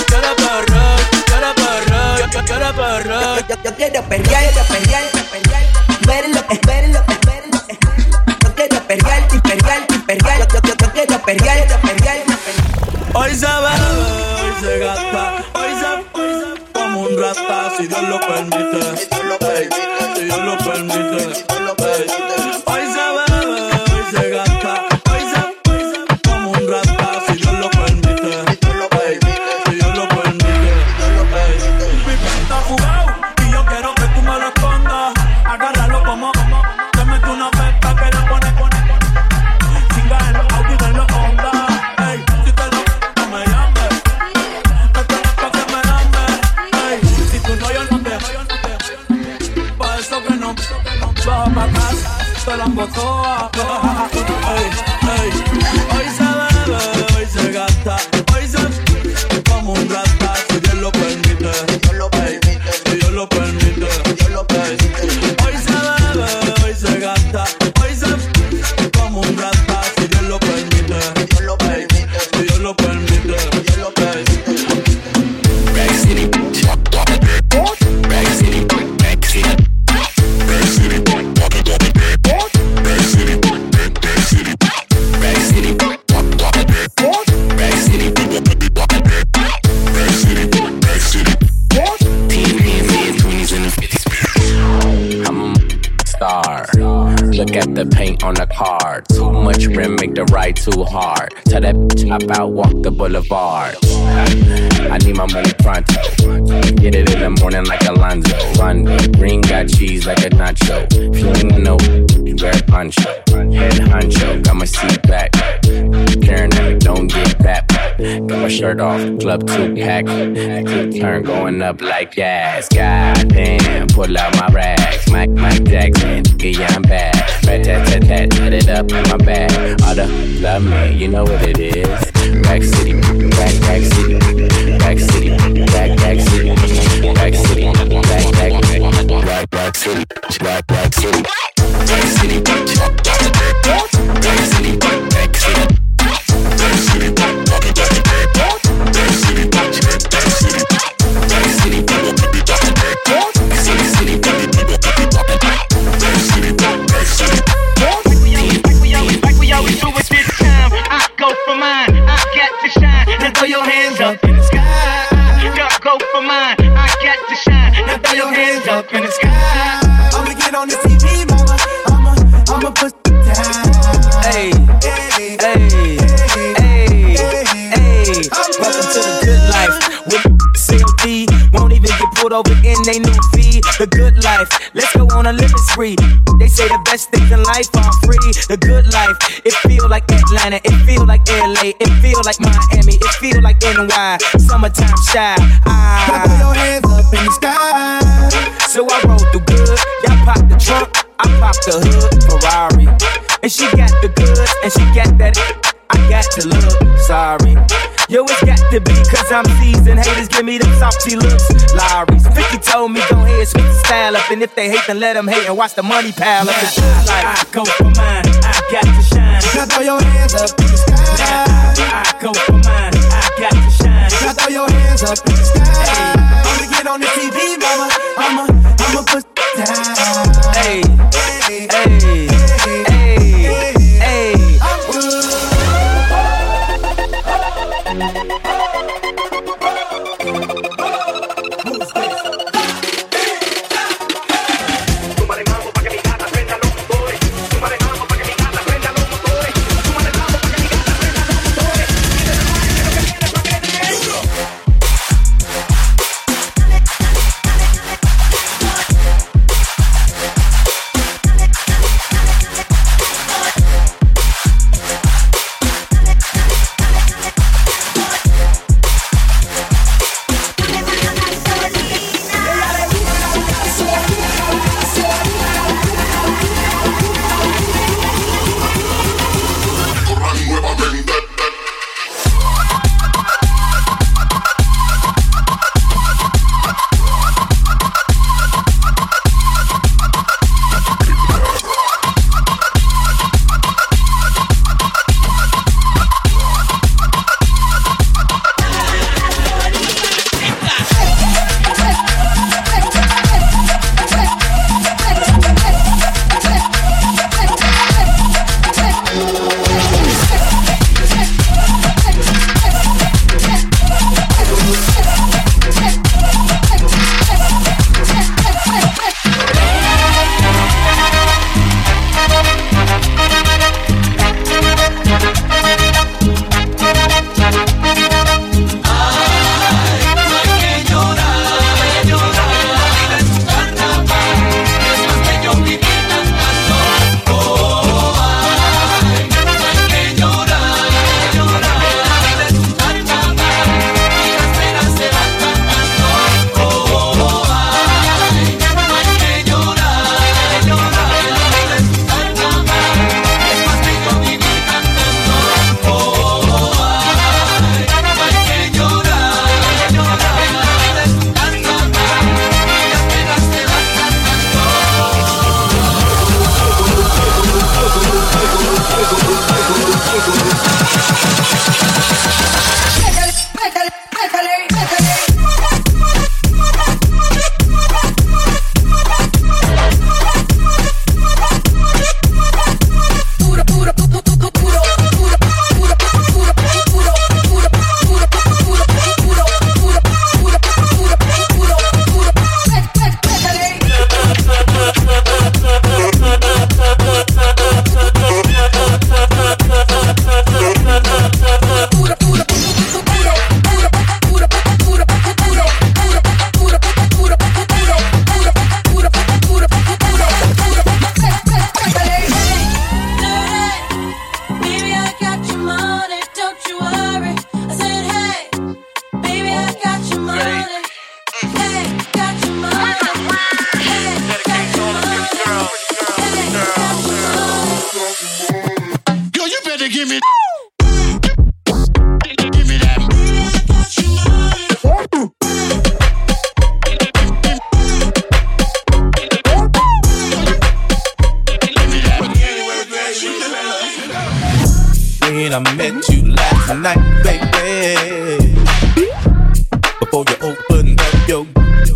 Yo quiero perrear. un rata, si Dios lo permite. Si Dios lo permite. Si Dios lo permite. Hoy se bebe, hoy se gasta. Hoy se como un rata, si Dios lo permite. Si Dios lo permite. Si Dios lo permite. Mi está jugado y yo quiero que tú me lo escondas. Agárralo como te meto una pepa que la pone. Chinga en los Audi, en los Honda. Ey, si te lo no me llames. Vete pa' que me llames. Ey, si tú no, yo no te. Pa' eso que no. Baja pa' casa, te la embotoa. Ey, ey. Hoy se bebe, hoy se gasta. Hoy se como un rata, si Dios lo permite. Si Dios lo permite. Si Dios lo permite. Si Dios lo permite. Hoy se bebe, hoy se gasta. Hoy se como un rata, si Dios lo permite. Si Dios lo permite. Si Dios lo permite. Si Dios lo permite. Rack City, Rack City, Rack City, Rack City, Rack City, Rack City, Rack City, Rack City. Teen and mid-20s and the 50s. I'm a star. Look at the paint on the car. Too much rim, make the ride too hard. Tell that bitch hop out, walk the boulevard. I need my money pronto. Get it in the morning like Alonzo. Rondo. Green got cheese like a nacho. If you ain't know, wear a poncho. Head honcho, got my seat back. Karen at me, don't get back. Got my shirt off, club 2-pack. Turn going up like gas. Goddamn, pull out my rags. Mike Jackson, yeah, I'm bad. Rat-tat-tat-tat, set it up in my bag. All the love me, you know what it is. Rack City, Rack City, Rack City, Rack City, Rack City, Rack City, Rack City, Rack City, Rack City, Rack City. Throw your hands up in the sky. Go for mine. I got to shine. Now throw your hands up in the sky. I'ma get on the TV, mama. I'ma push it down. Hey, hey, hey, hey. Welcome to the good life. With COD, won't even get pulled over in they new V. The good life. Let's go on a living spree. They say the best things in life are free. The good life. It feel like Atlanta. It feel like LA. It feel like Miami. It feel like NY. Summertime shy. Throw your hands up in the sky. So I roll through good. Y'all pop the trunk. I pop the hood. Ferrari. And she got the goods. And she got that. I got to look. Sorry. Yo, it's got to be cause I'm seasoned. Haters give me them softy looks. Lowry's 50 told me go ahead, switch the style up. And if they hate, then let them hate and watch the money pile up. It's like I go for mine, I got to shine. Now throw your hands up in the sky. I go for mine, I got to shine. Now throw your hands up in the sky. I'ma get on the TV, mama. I'ma push it down. Hey, hey, hey, hey, hey. I met you last night, baby. Before you opened up your,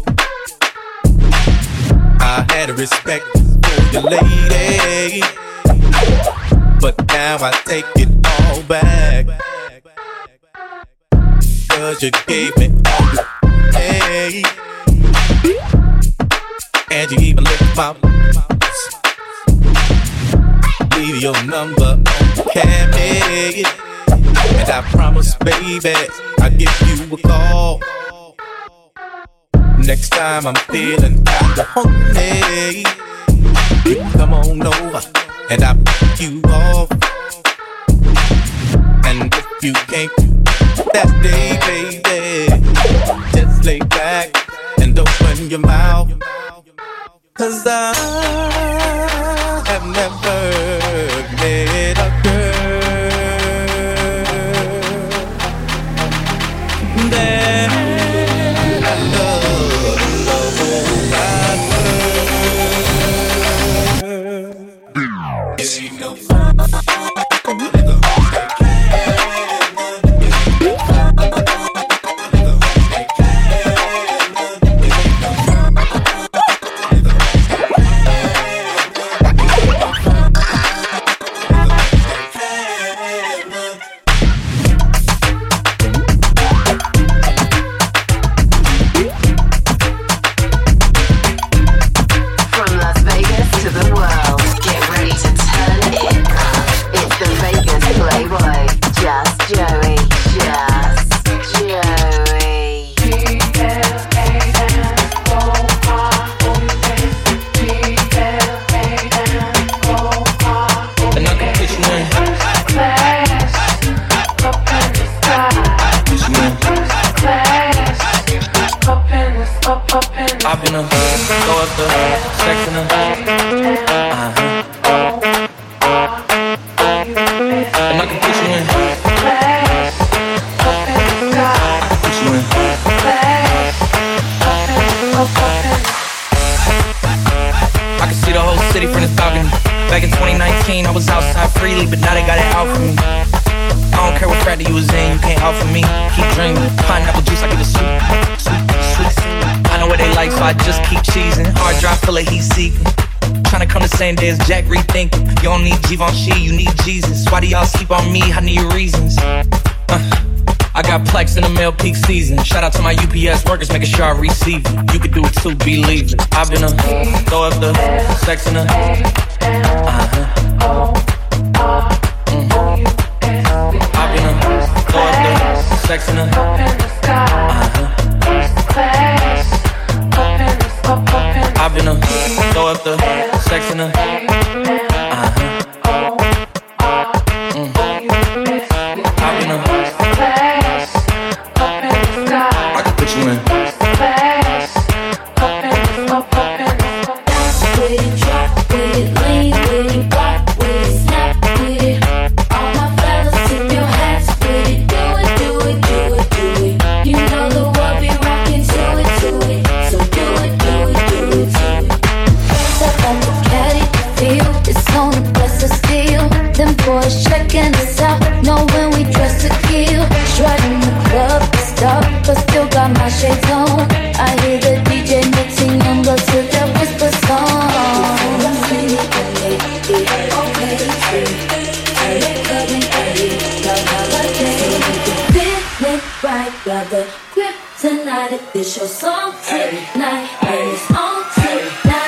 I had a respect for your lady, but now I take it all back. 'Cause you gave me all your hey, and you even licked my leave your number on the cabinet, and I promise, baby, I'll give you a call next time I'm feeling kinda hungry. You can come on over and I'll pick you off. And if you can't that day, baby, just lay back and open your mouth. 'Cause I have never met a girl that I love like her. Is he no fun? I've been a go up the sex in a and I can put you in. Put you in. I can see the whole city from this balcony. Back in 2019, I was outside freely, but now they got it out for me. I don't care what crack you was in, you can't offer me. Keep dreaming, pineapple juice, I get a sweet, sweet. I know what they like, so I just keep cheesing. Hard drive full of heat seeking. Tryna come the same day as Jack rethinking. You don't need Givenchy, you need Jesus. Why do y'all sleep on me? I need reasons. I got Plex in the mail peak season. Shout out to my UPS workers, making sure I receive it. You could do it too, believe it. I've been a throw up the sex in a I've been a throw up the sex in a I've been a throw up the sex in a I've been a I can put you in. Boys checking us out, know when we dress to kill. Strutting the club, stop, but still got my shades on. I hear the DJ mixing young blood to their whisper song. Feeling right, got the grip tonight. It's your song tonight, and it's on tonight.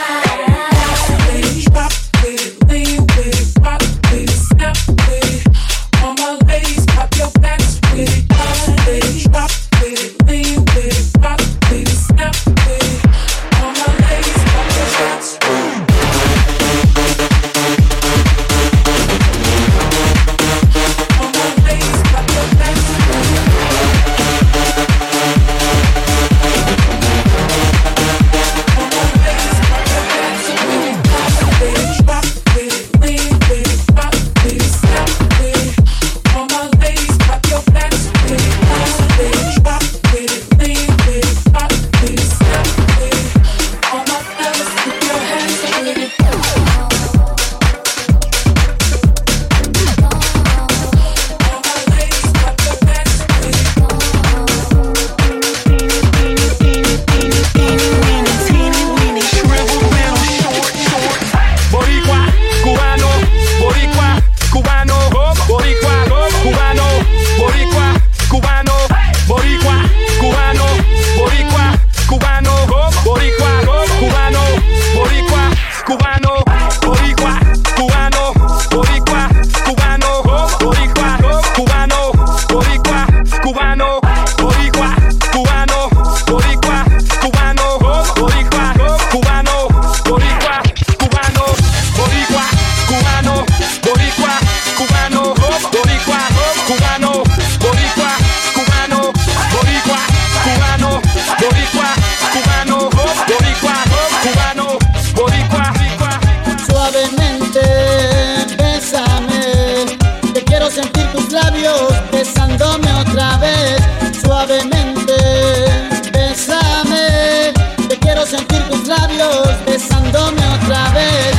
labios besándome otra vez.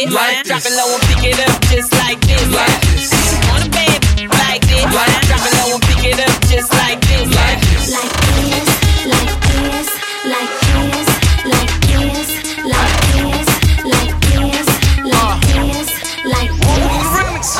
Like drop it low and pick it up just like this. Like this. On the bed like this. Like drop it low and pick it up just like this. Like this. Like this, like this, like this, like this, like this, like this, like this, like this.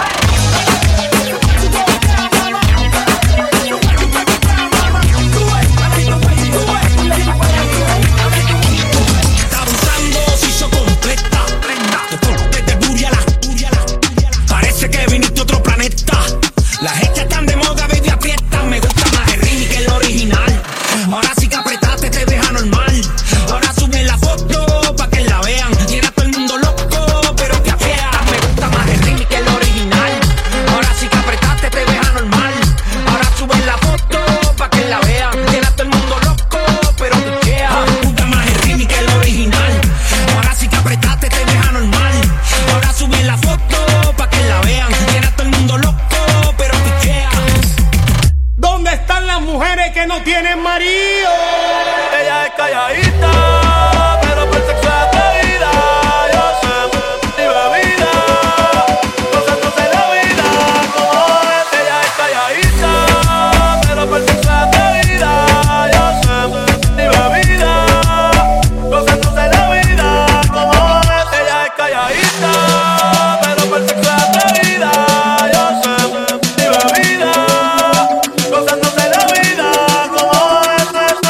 Está abusando, se hizo completa. Desde Buriala, parece que viniste a otro planeta. Las hechas están de moda, baby, aprieta. Me gusta más el remix que el original. Ahora sí que apretaste, te deja normal. Ahora sube la foto pa' que la vean. Tiene a todo el mundo loco, pero te afea. Me gusta más el remix que el original. Ahora sí que apretaste, te deja normal. Ahora sube la foto pa' que la vean. Tiene a todo el mundo loco, pero te queda. Me gusta más el remix que el original. Ahora sí que apretaste, te deja normal. Ahora sube la foto pa' que la vean. Tiene a todo el mundo loco, pero te queda. ¿Dónde están las mujeres que no tienen marido? Ella es calladita, pero por sexo es atrevida. Yo sé, mi bebida, gozándose la vida como es. Ella es calladita, pero por sexo es atrevida. Yo sé, mi bebida, gozándose la vida como es. Ella es calladita, pero por sexo es atrevida. Yo sé, mi bebida, gozándose la vida como es.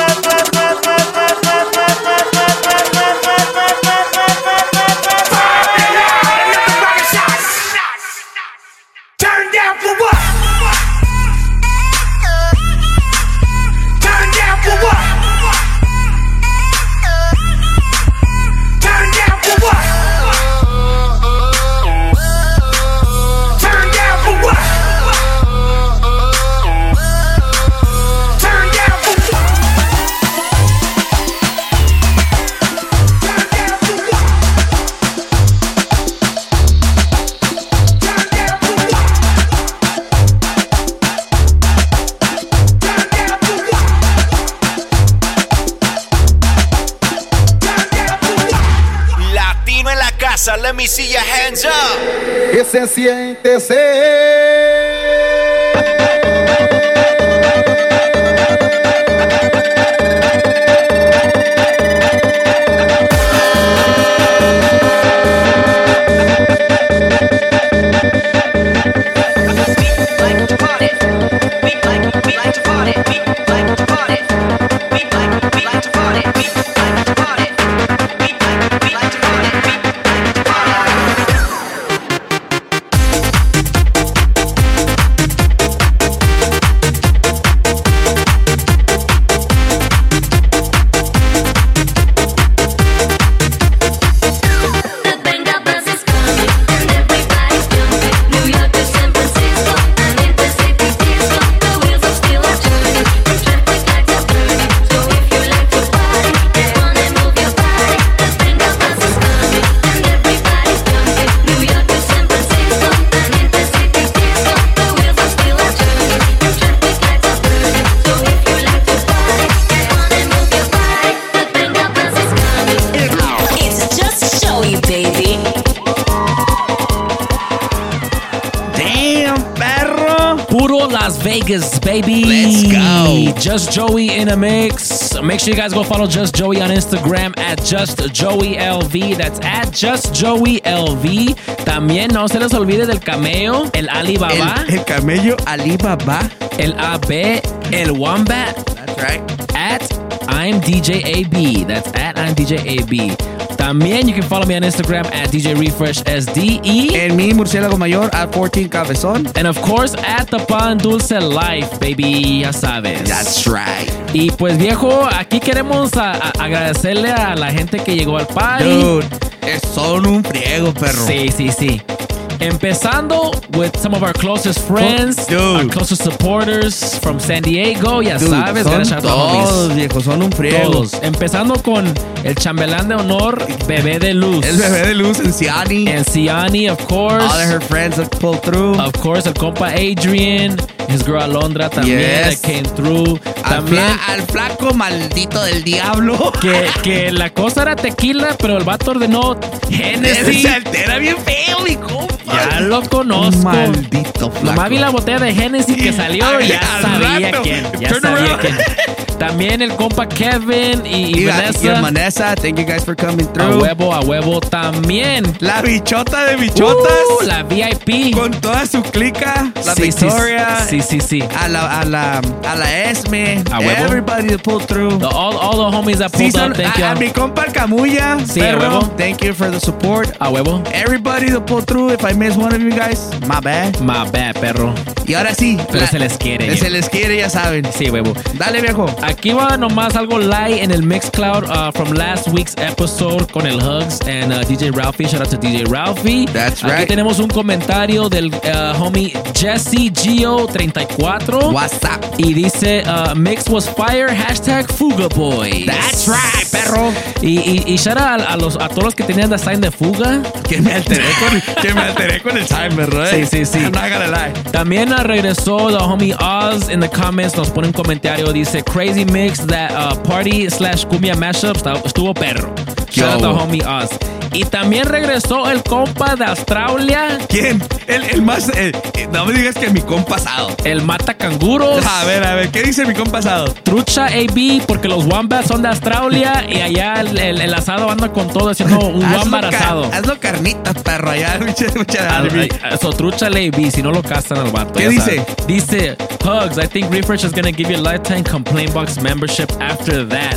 Turn down for what? Turn down for what? Turn down for what? Turn down for what? Turn down for what? Latino en la casa, let me see your hands up. Que se siente ser. It's just Joey, baby. Damn, perro. Puro Las Vegas, baby. Let's go. Just Joey in a mix. Make sure you guys go follow Just Joey on Instagram at JustJoeyLV. That's at JustJoeyLV. También no se les olvide del cameo, el Alibaba, El camello Alibaba. el AB, el Wombat. That's right. At I'm DJ AB. That's at I'm DJ AB. También you can follow me on Instagram at DJ Refresh SDE. En mi murciélago mayor at 14 Cabezón. And of course at the Pan Dulce Life, baby. Ya sabes. That's right. Y pues viejo, aquí queremos agradecerle a la gente que llegó al party. Dude, son un friego, perro. Sí, sí, sí. Empezando with some of our closest friends, our closest supporters from San Diego. Ya sabes, son gotta shout out the todos, homies. viejo, son un friego. Todos. Empezando con el chambelán de honor, Bebé de Luz. El Bebé de Luz en Ciani. And Ciani, of course. All of her friends that pulled through. Of course, el compa Adrian, his girl Alondra también Yes. that came through. También Al flaco maldito del diablo. que la cosa era tequila, pero el vato ordenó Hennessy. Se altera bien feo, mi compa. Ya lo conozco. Maldito flaco. Nomás vi la botella de Hennessy que salió y ya sabía quién. Ya Turn sabía around. quién. También el compa Kevin y Vanessa. Y Vanessa, thank you guys for coming A through. huevo. También. La bichota de bichotas. La VIP. Con toda su clica. La Sí, Victoria. Sí. A la Esme. A huevo. Everybody that pulled through. All the homies that pulled up, thank you. A mi compa el Camuya. Sí, a perro, huevo. thank you for the support. A huevo. Everybody that pulled through. If I miss one of you guys, my bad. My bad, perro. Y ahora sí. Pero se les quiere. Se les quiere, ya saben. Sí, huevo. Dale, viejo. Aquí va nomás algo light en el Mixcloud from last week's episode con el Hugs and DJ Ralphie. Shout out to DJ Ralphie. That's Aquí right. tenemos un comentario del homie Jesse Gio 34. What's up? Y dice, Mix was fire, #Fuga Boys. That's right, perro. Y shout out a todos los que tenían la sign de Fuga. Que me alteré con el timer, right? Sí. I'm not gonna lie. También regresó the homie Oz in the comments, nos pone un comentario, dice Crazy Mix, that party / cumbia mashup estuvo perro. Shout out to homie Oz. Y también regresó el compa de Australia. ¿Quién? El más... no me digas que mi compa asado. El mata canguros. A ver, ¿qué dice mi compa asado? Trucha AB, porque los wombats son de Australia y allá el asado anda con todo haciendo un wombat asado. Hazlo carnitas, perro, allá. So, trucha AB, si no lo castan al vato. ¿Qué ya dice? sabes. Dice, Hugs, I think Refresh is gonna give you a lifetime complaint box membership after that.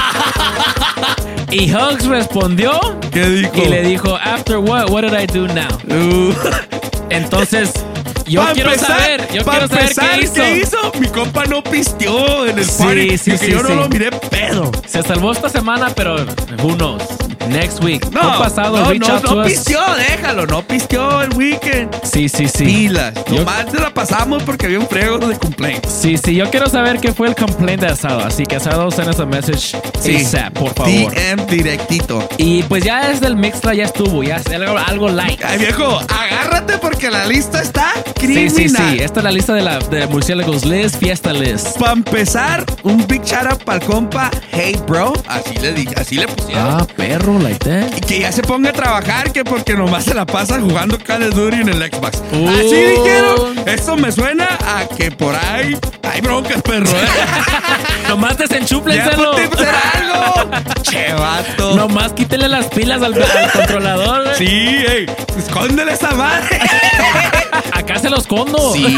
Y Hugs respondió. ¿Qué dijo? Y le dijo, after what? What did I do now? Entonces, yo quiero saber qué hizo. Mi compa no pisteó en el party. Sí, yo no lo miré pedo. Se salvó esta semana, pero who knows? Next week. No reach out to us. pisteó, déjalo. No pisteó el weekend. Sí. Pilas. Nomás te la pasamos porque había un friego de complaints. Sí, yo quiero saber qué fue el complaint de Asado. Así que Asado, send us a message ASAP, por favor. DM directito. Y pues ya es del Mixla, ya estuvo. Ya es algo light. Ay, viejo, agárrate porque la lista está criminal. Sí. Esta es la lista de Murciélagos List, Fiesta List. Para empezar, un big shout out para el compa Hey Bro. Así le dije, así le pusieron. Ah, perro, like that. Y que ya se ponga a trabajar, que porque nomás se la pasa jugando Call of Duty en el Xbox. Así dijeron. Esto me suena a que por ahí hay broncas, perro. Nomás desenchúplenselo. Ya ponte a hacer algo. Che, vato. Nomás quítele las pilas al controlador. Sí, ey. Escóndele esa madre. Acá se los escondo. Sí,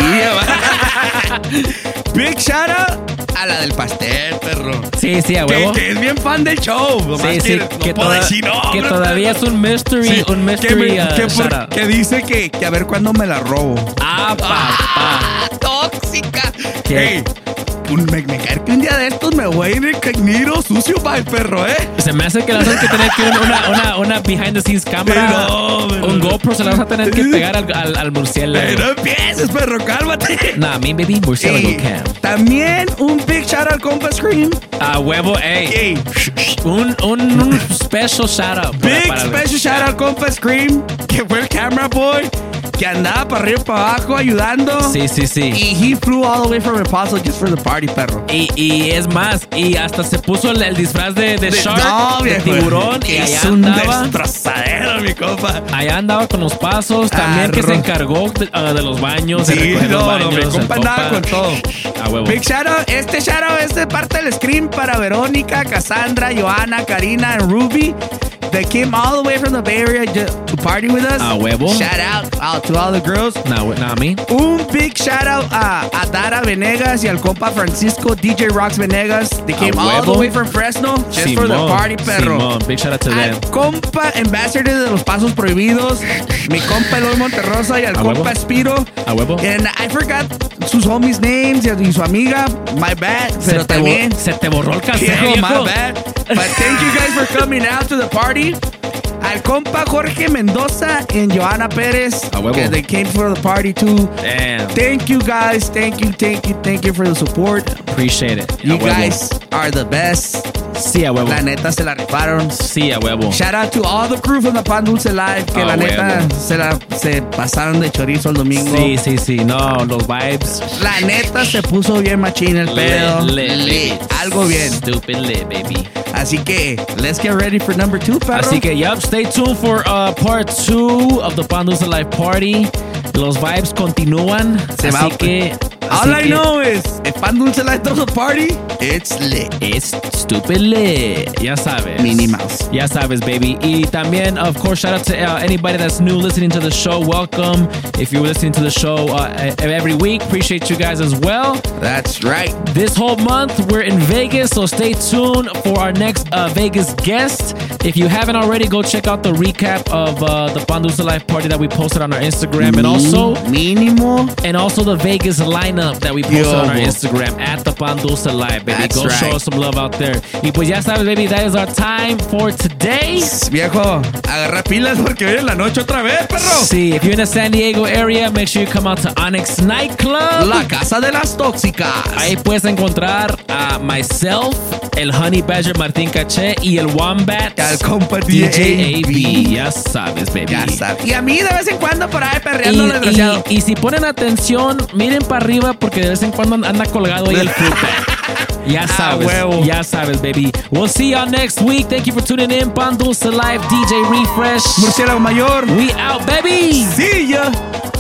big shout out a la del pastel, perro. Sí, a huevo. Que es bien fan del show. Sí, que todavía es un mystery, sí, shout out. Que dice que a ver cuándo me la robo. Papá. Tóxica. ¿Qué? Hey, me cae que un día de estos me voy a ir incognito sucio para el perro, Se me hace que le vas a tener que una behind the scenes cámara. Un GoPro se la vas a tener que pegar al murciélago. No empieces, perro, cálmate. Nah, mi baby, murciélago cam. También un big shout out al compa Scream. A huevo, ey. Un special shout out. Big special shout out al compa Scream, que fue el camera boy, que andaba para arriba y para abajo ayudando. Sí. Y he flew all the way from Apostle just for the party, perro. Y es más, y hasta se puso el disfraz de shark, de viejo, tiburón. Y allá es un andaba. destrozadero, mi compa. Allá andaba con los pasos. También que se encargó de los baños. Sí, los baños, mi compa andaba con todo. A huevo. Big shout out. Este shout out es de parte del Scream para Verónica, Cassandra, Johanna, Karina, and Ruby. They came all the way from the Bay Area to party with us. A huevo. Shout out to all the girls. Nah, me. Un big shout out a Dara Venegas y al compa Francisco DJ Rocks Venegas. They came all the way from Fresno just for the party, perro. Simón. Big shout out to them. Al compa Ambassador de los Pasos Prohibidos, mi compa Eloy Monterrosa y al compa Espiro. A huevo. And I forgot sus homies names y su amiga. My bad. Pero también se te borró el cassette, viejo, viejo. my bad. But thank you guys for coming out to the party. Al compa Jorge Mendoza and Johanna Perez. A huevo. Que they came for the party too. Damn. Thank you guys. Thank you for the support. Appreciate it. You A huevo. guys are the best. Sí, a huevo. La neta se la rifaron. Sí, a huevo. Shout out to all the crew from the Pan Dulce Live. Que A la neta huevo. se pasaron de chorizo el domingo. Sí. No, los vibes. La neta se puso bien machín el pedo. Lit. Algo bien. Stupid lit, baby. Así que, let's get ready for number 2, perro. Así que, stay tuned for part 2 of the Pan Dulce Live Party. Los vibes continúan. All I know is, if Pan Dulce Live throws a party, it's lit. It's stupid lit. Ya sabes. Minnie Mouse. Ya sabes, baby. Y también, of course, shout out to anybody that's new listening to the show. Welcome. If you're listening to the show every week, appreciate you guys as well. That's right. This whole month, we're in Vegas, so stay tuned for our next Vegas guest. If you haven't already, go check out the recap of the Pan Dulce Live Party that we posted on our Instagram. And also, the Vegas lineup that we posted on our Instagram at the Pan Dulce Live, baby. That's go show right. us some love out there. Y pues ya sabes, baby, that is our time for today. Viejo, agarra pilas porque hoy en la noche otra vez, perro. Sí, if you're in the San Diego area, make sure you come out to Onyx Nightclub. La Casa de las Tóxicas. Ahí puedes encontrar a myself, el Honey Badger Martín Caché y el Wombat. Al compa DJ AB. Ya sabes, baby. Ya sabes. Y a mí de vez en cuando por ahí perreando desgraciado. Y si ponen atención, miren para arriba porque de vez en cuando anda colgado ahí el fruta. Ya sabes. Ya sabes, baby. We'll see y'all next week. Thank you for tuning in. Pan Dulce Live, DJ Refresh. Murciélago Mayor. We out, baby. See ya.